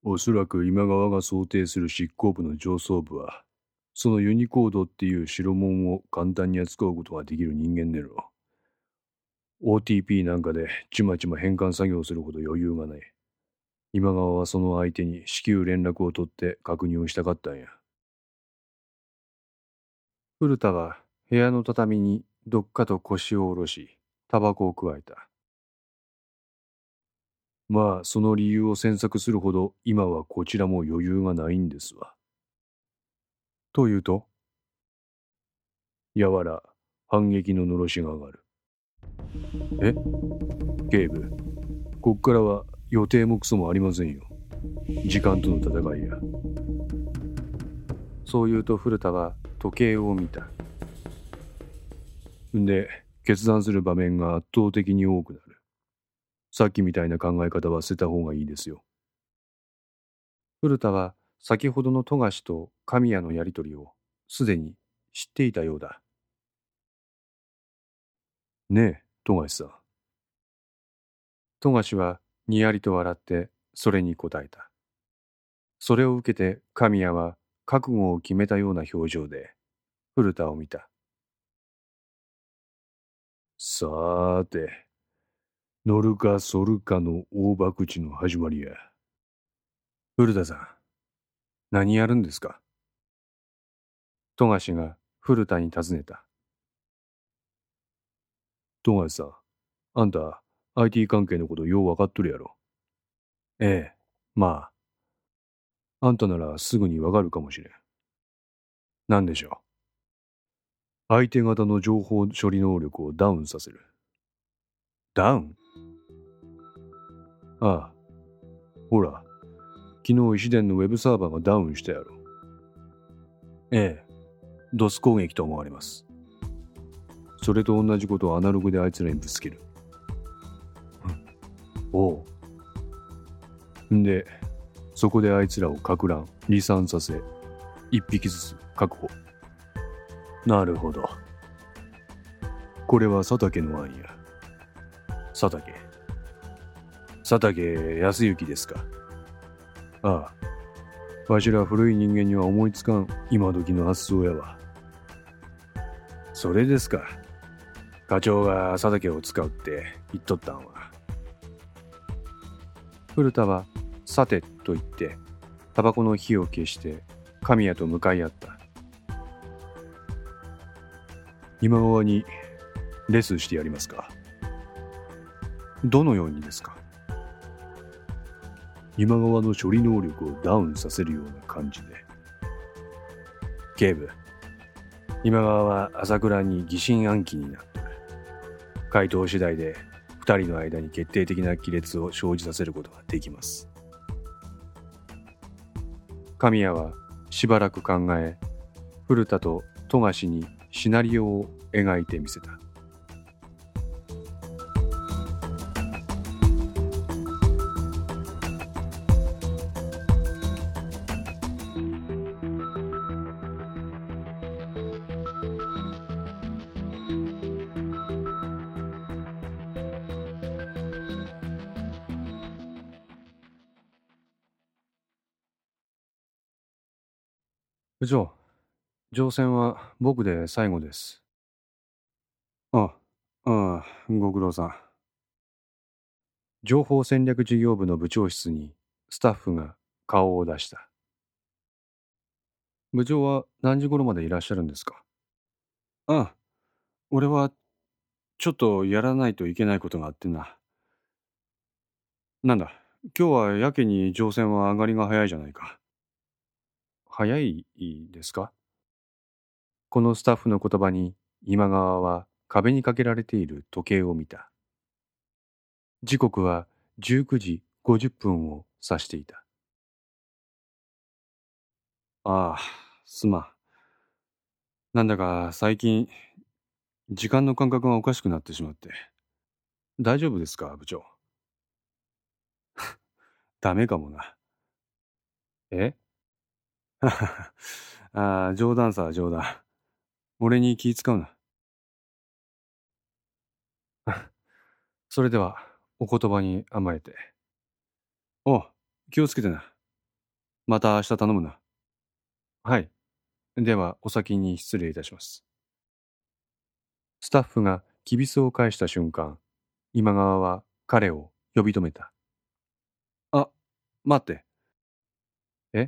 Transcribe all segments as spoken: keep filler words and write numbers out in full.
おそらく今川が想定する執行部の上層部は、そのユニコードっていう代物を簡単に扱うことができる人間ねろ。オーティーピー なんかでちまちま変換作業するほど余裕がない。今川はその相手に至急連絡を取って確認をしたかったんや。古田は部屋の畳にどっかと腰を下ろし、タバコをくわえた。まあ、その理由を詮索するほど今はこちらも余裕がないんですわ。というと、やわら、反撃ののろしが上がる。え警部、こっからは予定もクソもありませんよ。時間との戦いや。そう言うと古田は時計を見た。んで、決断する場面が圧倒的に多くなる。さっきみたいな考え方は捨てた方がいいですよ。古田は先ほどの富樫と神谷のやりとりをすでに知っていたようだ。ねえ、富樫さん。富樫はにやりと笑ってそれに答えた。それを受けて神谷は覚悟を決めたような表情で古田を見た。さーて、乗るか反るかの大博打の始まりや。古田さん、何やるんですか？富樫が古田に尋ねた。富樫さん、あんた アイティー 関係のことよう分かっとるやろ。ええ、まあ、あんたならすぐに分かるかもしれん。なんでしょう。相手方の情報処理能力をダウンさせる。ダウン？ああ、ほら、昨日石電のウェブサーバーがダウンしたやろ。ええ、ドス攻撃と思われます。それと同じことをアナログであいつらにぶつける。おう。んで、そこであいつらをか乱、離散させ、一匹ずつ確保。なるほど。これは佐竹の案や。佐竹。佐竹康之ですか。ああ。わしら古い人間には思いつかん今時の発想やわ。それですか。課長が佐竹を使うって言っとったんは。古田はさてと言ってタバコの火を消して神谷と向かい合った。今川にレスしてやりますか。どのようにですか。今川の処理能力をダウンさせるような感じで。警部、今川は朝倉に疑心暗鬼になってる。回答次第で二人の間に決定的な亀裂を生じさせることができます。神谷はしばらく考え、古田と富樫にシナリオを描いてみせた。部長、乗船は僕で最後です。あ、ああ、ご苦労さん。情報戦略事業部の部長室にスタッフが顔を出した。部長は何時頃までいらっしゃるんですか？ああ、俺はちょっとやらないといけないことがあってな。なんだ、今日はやけに乗船は上がりが早いじゃないか。早いですか？このスタッフの言葉に今川は壁にかけられている時計を見た。時刻はじゅうくじごじゅっぷんを指していた。ああ、すまん。なんだか最近時間の感覚がおかしくなってしまって。大丈夫ですか、部長。ダメかもな。えああ、冗談さ、冗談。俺に気使うな。それでは、お言葉に甘えて。おう、気をつけてな。 また明日頼むな。はい。では、お先に失礼いたします。スタッフがきびすを返した瞬間、今川は彼を呼び止めた。あ、待って。え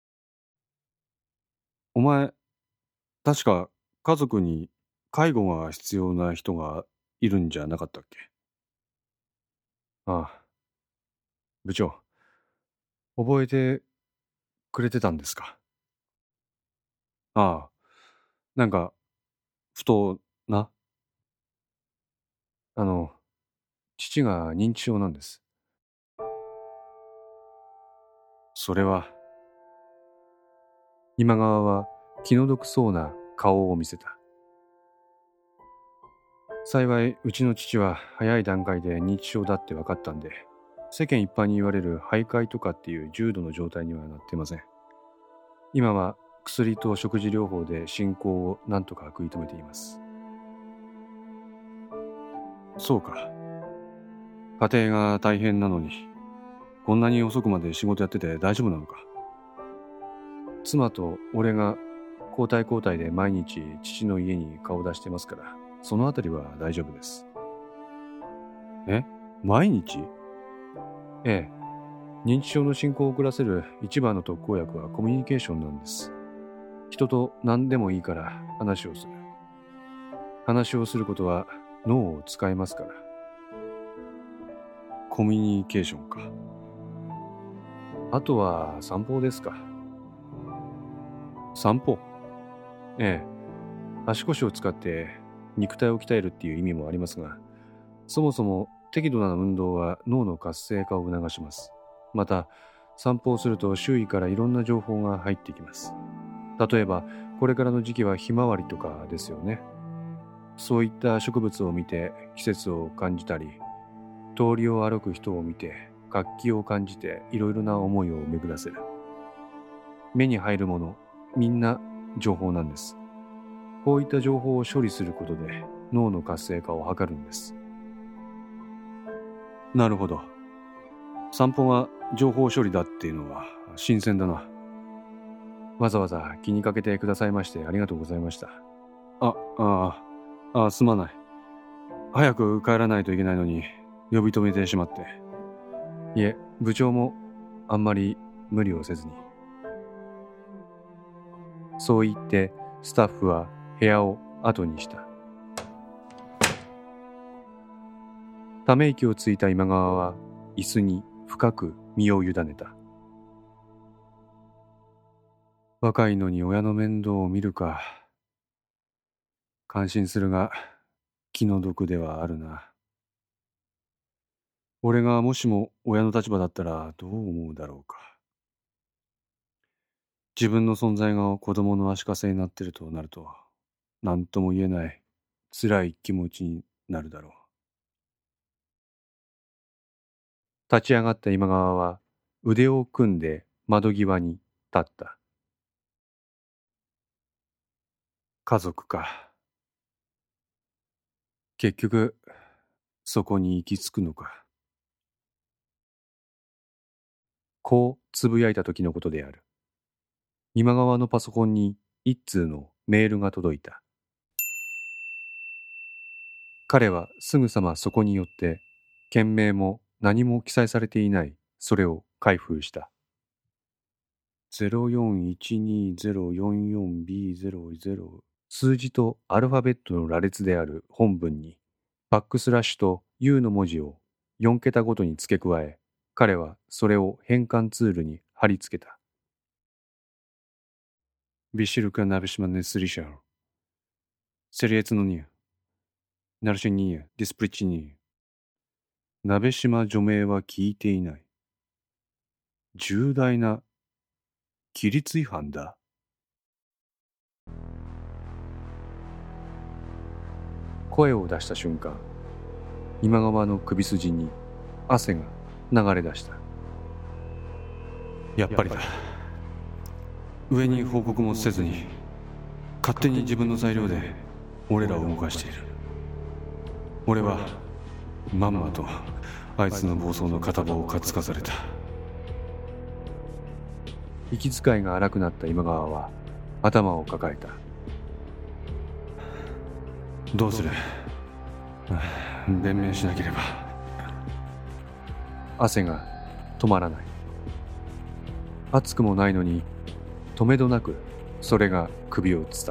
お前、確か家族に介護が必要な人がいるんじゃなかったっけ？ああ、部長、覚えてくれてたんですか？ああ、なんか、ふとな、あの、父が認知症なんです。それは、今川は気の毒そうな顔を見せた。幸い、うちの父は早い段階で認知症だって分かったんで、世間一般に言われる徘徊とかっていう重度の状態にはなってません。今は薬と食事療法で進行を何とか食い止めています。そうか。家庭が大変なのに、こんなに遅くまで仕事やってて大丈夫なのか。妻と俺が交代交代で毎日父の家に顔出してますから、そのあたりは大丈夫です。え？毎日？ええ。認知症の進行を遅らせる一番の特効薬はコミュニケーションなんです。人と何でもいいから話をする。話をすることは脳を使いますから。コミュニケーションか。あとは散歩ですか。散歩？ええ。足腰を使って肉体を鍛えるっていう意味もありますが、そもそも適度な運動は脳の活性化を促します。また、散歩をすると周囲からいろんな情報が入ってきます。例えば、これからの時期はひまわりとかですよね。そういった植物を見て季節を感じたり、通りを歩く人を見て活気を感じていろいろな思いを巡らせる。目に入るもの、みんな情報なんです。こういった情報を処理することで脳の活性化を図るんです。なるほど。散歩が情報処理だっていうのは新鮮だな。わざわざ気にかけてくださいましてありがとうございました。あ、ああ、あ、すまない。早く帰らないといけないのに呼び止めてしまって。いえ、部長もあんまり無理をせずに。そう言ってスタッフは部屋を後にした。ため息をついた今川は椅子に深く身を委ねた。若いのに親の面倒を見るか。感心するが気の毒ではあるな。俺がもしも親の立場だったらどう思うだろうか。自分の存在が子供の足かせになってるとなると、何とも言えない辛い気持ちになるだろう。立ち上がった今川は腕を組んで窓際に立った。家族か。結局そこに行き着くのか。こうつぶやいた時のことである。今川のパソコンに一通のメールが届いた。彼はすぐさまそこによって件名も何も記載されていないそれを開封した。ゼロよんいちにゼロよんよんビーゼロゼロ 数字とアルファベットの羅列である本文にバックスラッシュと U の文字をよん桁ごとに付け加え、彼はそれを変換ツールに貼り付けた。ビシルカナビシマネスリシャルセリエツノニアナルシェニアディスプリチニア鍋島除名は聞いていない。重大な規律違反だ。声を出した瞬間、今川の首筋に汗が流れ出した。やっぱりだ。上に報告もせずに勝手に自分の裁量で俺らを動かしている。俺はまんまとあいつの暴走の片棒を担がされた。 息遣いが荒くなった今川は頭を抱えた。 どうする？弁明しなければ。 汗が止まらない。熱くもないのに止めどなくそれが首を伝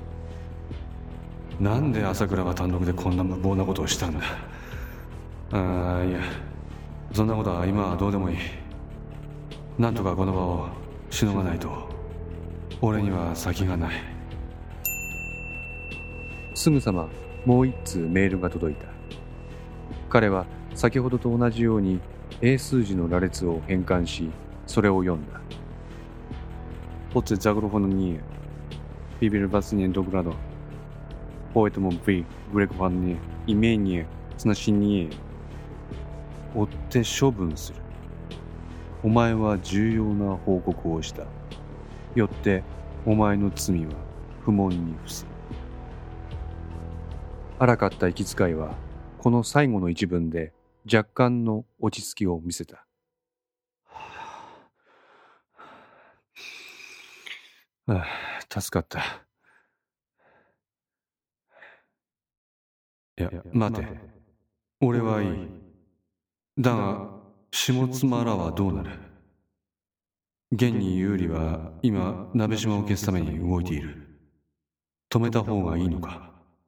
う。 なんで朝倉は単独でこんな無謀なことをしたんだ。ああ、いや、そんなことは今はどうでもいい。なんとかこの場をしのがないと俺には先がない。 すぐさまもう一通メールが届いた。彼は先ほどと同じように英数字の羅列を変換し、それを読んだ。 Poate zagrohonnie, Bibel basnie dogrado. Poetmo vi grekohannie, imenie, snashinnie. 追って処分する。お前は重要な報告をした。よってお前の罪は不問に付す。荒かった息遣いはこの最後の一文で若干の落ち着きを見せた。 ああ、助かった。いや、待て。俺はいい。だが、下妻らはどうなる？現に有利は今、鍋島を消すために動いている。止めた方がいいのか？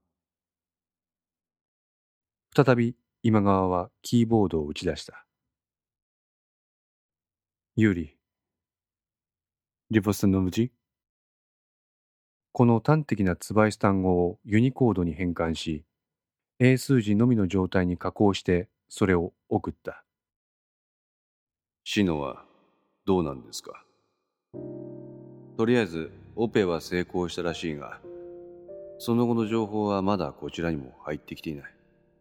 再び今川はキーボードを打ち出した。有利。 リボスタノブジ？ この端的なツバイス単語をユニコードに変換し、英数字のみの状態に加工してそれを送った。 シノはどうなんですか？とりあえずオペは成功したらしいが、その後の情報はまだこちらにも入ってきていない。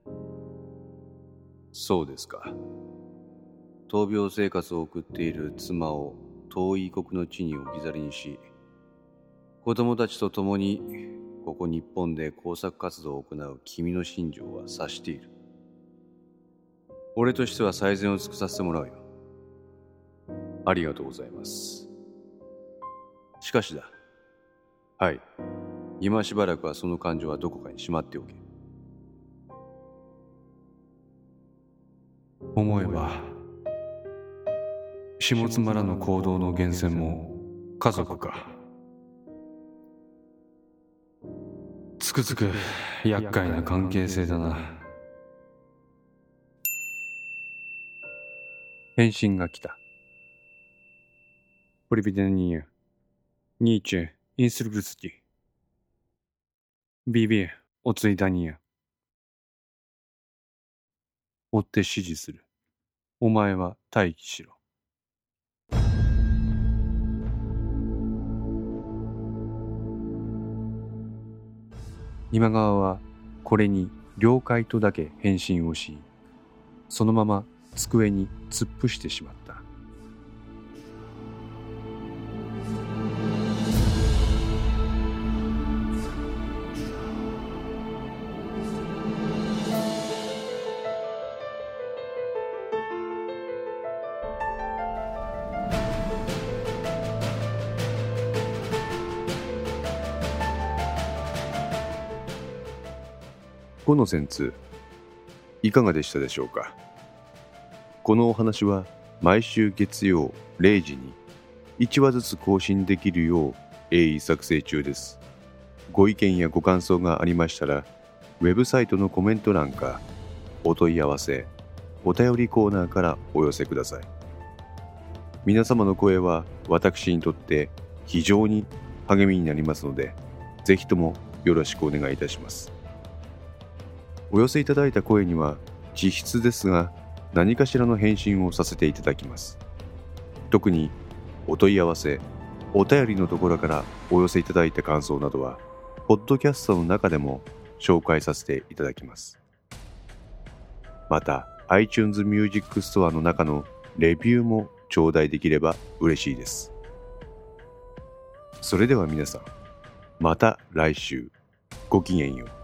そうですか。闘病生活を送っている妻を遠い異国の地に置き去りにし、子供たちと共にここ日本で工作活動を行う君の心情は察している。俺としては最善を尽くさせてもらうよ。ありがとうございます。しかしだ。はい。今しばらくはその感情はどこかにしまっておけ。 思えば、下妻らの行動の源泉も家族か。つくづく厄介な関係性だな。 返信が来た。 Привидение. Ниче. Инструкции. Биби. Отсоедание. 追って指示する。お前は待機しろ。今川はこれに了解とだけ返信をし、そのまま机に突っ伏してしまった。 この旋通、いかがでしたでしょうか。このお話は毎週月曜れいじにいちわずつ更新できるよう鋭意作成中です。ご意見やご感想がありましたら、ウェブサイトのコメント欄かお問い合わせ、お便りコーナーからお寄せください。皆様の声は私にとって非常に励みになりますので、ぜひともよろしくお願いいたします。お寄せいただいた声には実質ですが何かしらの返信をさせていただきます。特にお問い合わせ、お便りのところからお寄せいただいた感想などはポッドキャストの中でも紹介させていただきます。また iTunes Music Store の中のレビューも頂戴できれば嬉しいです。それでは皆さん、また来週ごきげんよう。